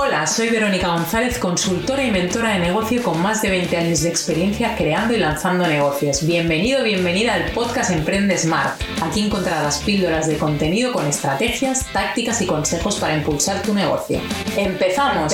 Hola, soy Verónica González, consultora y mentora de negocio con más de 20 años de experiencia creando y lanzando negocios. Bienvenido, bienvenida al podcast Emprende Smart. Aquí encontrarás píldoras de contenido con estrategias, tácticas y consejos para impulsar tu negocio. ¡Empezamos!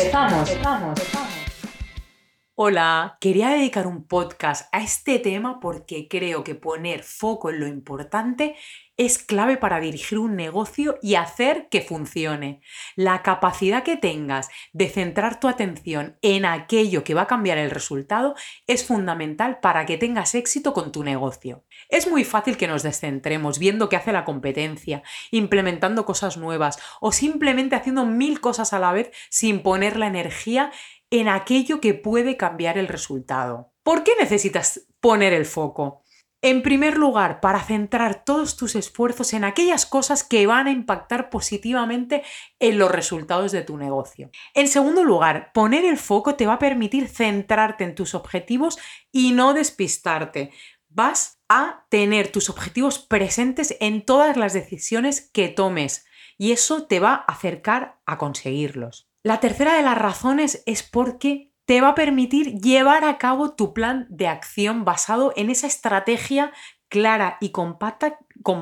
Hola, quería dedicar un podcast a este tema porque creo que poner foco en lo importante es clave para dirigir un negocio y hacer que funcione. La capacidad que tengas de centrar tu atención en aquello que va a cambiar el resultado es fundamental para que tengas éxito con tu negocio. Es muy fácil que nos descentremos viendo qué hace la competencia, implementando cosas nuevas o simplemente haciendo 1000 cosas a la vez sin poner la energía en aquello que puede cambiar el resultado. ¿Por qué necesitas poner el foco? En primer lugar, para centrar todos tus esfuerzos en aquellas cosas que van a impactar positivamente en los resultados de tu negocio. En segundo lugar, poner el foco te va a permitir centrarte en tus objetivos y no despistarte. Vas a tener tus objetivos presentes en todas las decisiones que tomes y eso te va a acercar a conseguirlos. La tercera de las razones es porque te va a permitir llevar a cabo tu plan de acción basado en esa estrategia clara y compacta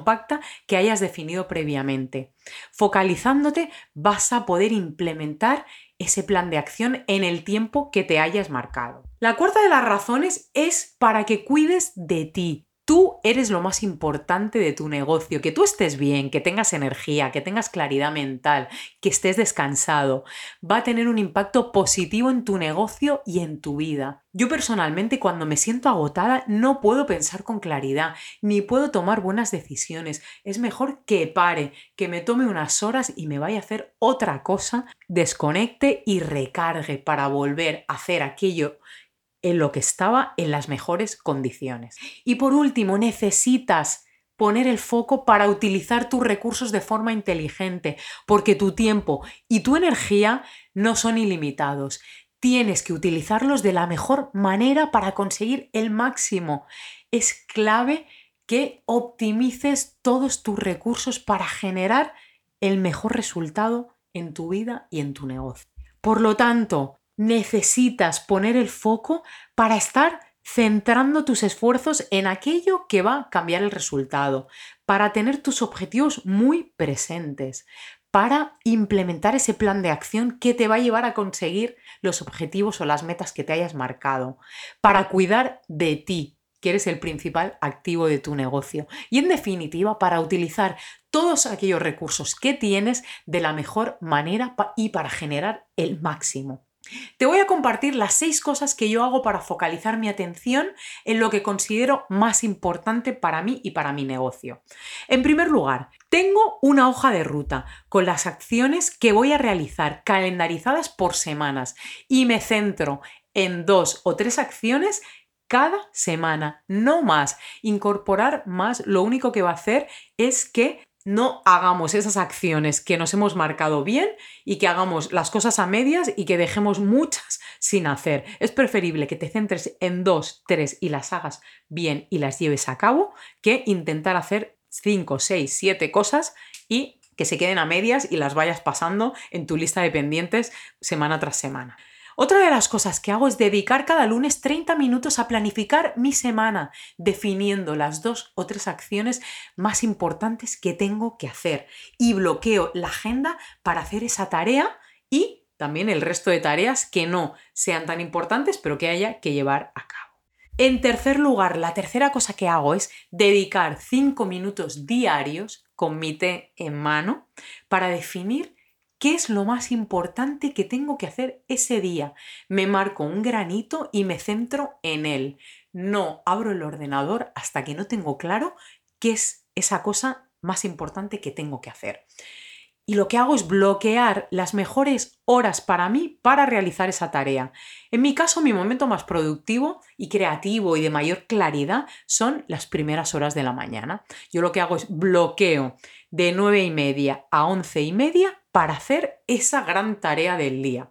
que hayas definido previamente. Focalizándote vas a poder implementar ese plan de acción en el tiempo que te hayas marcado. La cuarta de las razones es para que cuides de ti. Tú eres lo más importante de tu negocio, que tú estés bien, que tengas energía, que tengas claridad mental, que estés descansado. Va a tener un impacto positivo en tu negocio y en tu vida. Yo personalmente cuando me siento agotada no puedo pensar con claridad, ni puedo tomar buenas decisiones. Es mejor que pare, que me tome unas horas y me vaya a hacer otra cosa, desconecte y recargue para volver a hacer aquello en lo que estaba en las mejores condiciones. Y por último, necesitas poner el foco para utilizar tus recursos de forma inteligente, porque tu tiempo y tu energía no son ilimitados. Tienes que utilizarlos de la mejor manera para conseguir el máximo. Es clave que optimices todos tus recursos para generar el mejor resultado en tu vida y en tu negocio. Por lo tanto, necesitas poner el foco para estar centrando tus esfuerzos en aquello que va a cambiar el resultado, para tener tus objetivos muy presentes, para implementar ese plan de acción que te va a llevar a conseguir los objetivos o las metas que te hayas marcado, para cuidar de ti, que eres el principal activo de tu negocio, y en definitiva para utilizar todos aquellos recursos que tienes de la mejor manera y para generar el máximo. Te voy a compartir las 6 cosas que yo hago para focalizar mi atención en lo que considero más importante para mí y para mi negocio. En primer lugar, tengo una hoja de ruta con las acciones que voy a realizar calendarizadas por semanas y me centro en 2 o 3 acciones cada semana, no más. Incorporar más lo único que va a hacer es que no hagamos esas acciones que nos hemos marcado bien y que hagamos las cosas a medias y que dejemos muchas sin hacer. Es preferible que te centres en 2, 3 y las hagas bien y las lleves a cabo que intentar hacer 5, 6, 7 cosas y que se queden a medias y las vayas pasando en tu lista de pendientes semana tras semana. Otra de las cosas que hago es dedicar cada lunes 30 minutos a planificar mi semana, definiendo las 2 o 3 acciones más importantes que tengo que hacer y bloqueo la agenda para hacer esa tarea y también el resto de tareas que no sean tan importantes pero que haya que llevar a cabo. En tercer lugar, la tercera cosa que hago es dedicar 5 minutos diarios con mi té en mano para definir ¿qué es lo más importante que tengo que hacer ese día? Me marco un granito y me centro en él. No abro el ordenador hasta que no tengo claro qué es esa cosa más importante que tengo que hacer. Y lo que hago es bloquear las mejores horas para mí para realizar esa tarea. En mi caso, mi momento más productivo y creativo y de mayor claridad son las primeras horas de la mañana. Yo lo que hago es bloqueo de 9:30 a 11:30 para hacer esa gran tarea del día.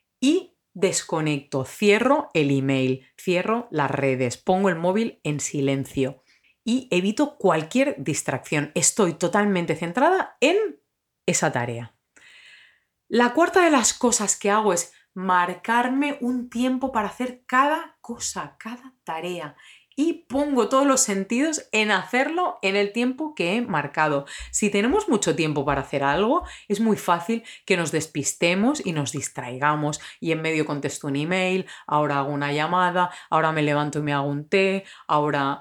Y desconecto, cierro el email, cierro las redes, pongo el móvil en silencio y evito cualquier distracción. Estoy totalmente centrada en esa tarea. La cuarta de las cosas que hago es marcarme un tiempo para hacer cada cosa, cada tarea. Y pongo todos los sentidos en hacerlo en el tiempo que he marcado. Si tenemos mucho tiempo para hacer algo, es muy fácil que nos despistemos y nos distraigamos. Y en medio contesto un email, ahora hago una llamada, ahora me levanto y me hago un té, ahora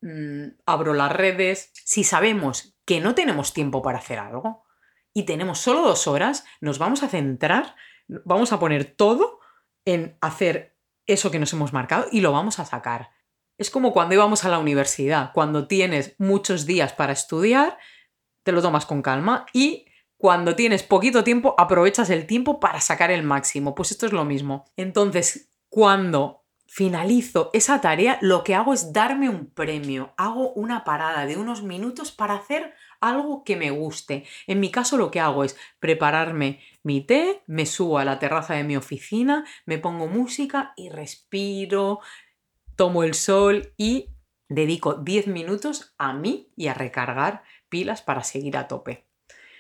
abro las redes. Si sabemos que no tenemos tiempo para hacer algo y tenemos solo 2 horas, nos vamos a centrar, vamos a poner todo en hacer eso que nos hemos marcado y lo vamos a sacar. Es como cuando íbamos a la universidad, cuando tienes muchos días para estudiar, te lo tomas con calma y cuando tienes poquito tiempo, aprovechas el tiempo para sacar el máximo. Pues esto es lo mismo. Entonces, cuando finalizo esa tarea, lo que hago es darme un premio. Hago una parada de unos minutos para hacer algo que me guste. En mi caso, lo que hago es prepararme mi té, me subo a la terraza de mi oficina, me pongo música y respiro, tomo el sol y dedico 10 minutos a mí y a recargar pilas para seguir a tope.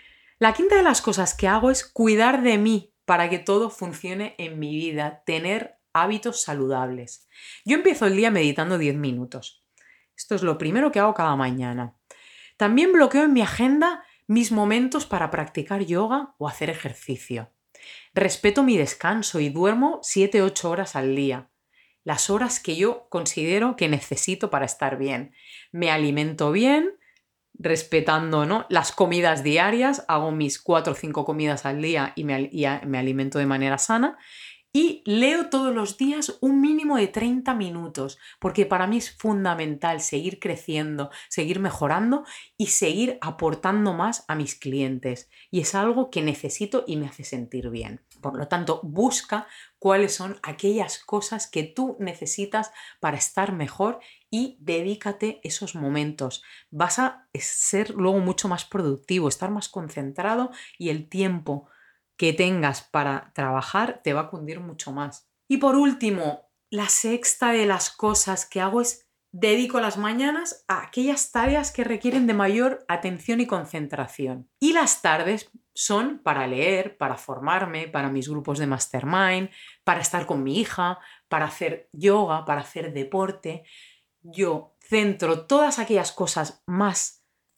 La quinta de las cosas que hago es cuidar de mí para que todo funcione en mi vida, tener hábitos saludables. Yo empiezo el día meditando 10 minutos. Esto es lo primero que hago cada mañana. También bloqueo en mi agenda mis momentos para practicar yoga o hacer ejercicio. Respeto mi descanso y duermo 7-8 horas al día. Las horas que yo considero que necesito para estar bien. Me alimento bien, respetando, ¿no?, las comidas diarias, hago mis 4 o 5 comidas al día y me alimento de manera sana. Y leo todos los días un mínimo de 30 minutos, porque para mí es fundamental seguir creciendo, seguir mejorando y seguir aportando más a mis clientes. Y es algo que necesito y me hace sentir bien. Por lo tanto, busca cuáles son aquellas cosas que tú necesitas para estar mejor y dedícate esos momentos. Vas a ser luego mucho más productivo, estar más concentrado y el tiempo que tengas para trabajar te va a cundir mucho más. Y por último, la sexta de las cosas que hago es dedico las mañanas a aquellas tareas que requieren de mayor atención y concentración. Y las tardes son para leer, para formarme, para mis grupos de mastermind, para estar con mi hija, para hacer yoga, para hacer deporte. Yo centro todas aquellas cosas más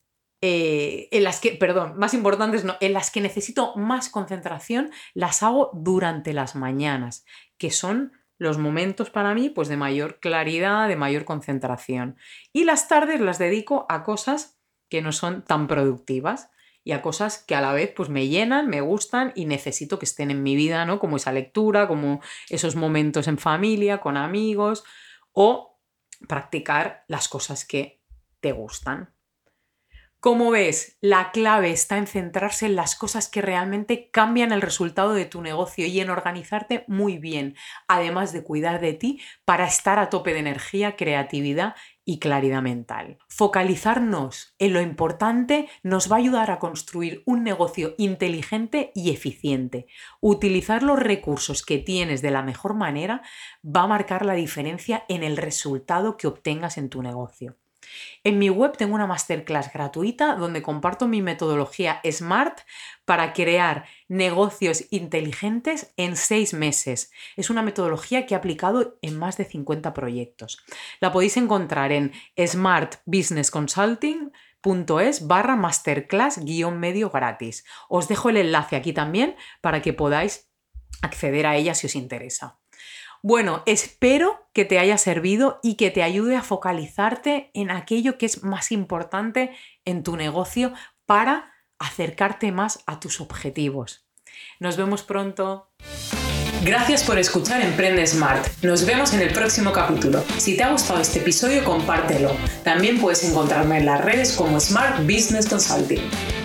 más importantes, no, en las que necesito más concentración, las hago durante las mañanas, que son los momentos para mí pues de mayor claridad, de mayor concentración. Y las tardes las dedico a cosas que no son tan productivas y a cosas que a la vez pues me llenan, me gustan y necesito que estén en mi vida, ¿no? Como esa lectura, como esos momentos en familia, con amigos o practicar las cosas que te gustan. Como ves, la clave está en centrarse en las cosas que realmente cambian el resultado de tu negocio y en organizarte muy bien, además de cuidar de ti para estar a tope de energía, creatividad y claridad mental. Focalizarnos en lo importante nos va a ayudar a construir un negocio inteligente y eficiente. Utilizar los recursos que tienes de la mejor manera va a marcar la diferencia en el resultado que obtengas en tu negocio. En mi web tengo una masterclass gratuita donde comparto mi metodología SMART para crear negocios inteligentes en 6 meses. Es una metodología que he aplicado en más de 50 proyectos. La podéis encontrar en smartbusinessconsulting.es/masterclass-medio gratis. Os dejo el enlace aquí también para que podáis acceder a ella si os interesa. Bueno, espero que te haya servido y que te ayude a focalizarte en aquello que es más importante en tu negocio para acercarte más a tus objetivos. Nos vemos pronto. Gracias por escuchar Emprende Smart. Nos vemos en el próximo capítulo. Si te ha gustado este episodio, compártelo. También puedes encontrarme en las redes como Smart Business Consulting.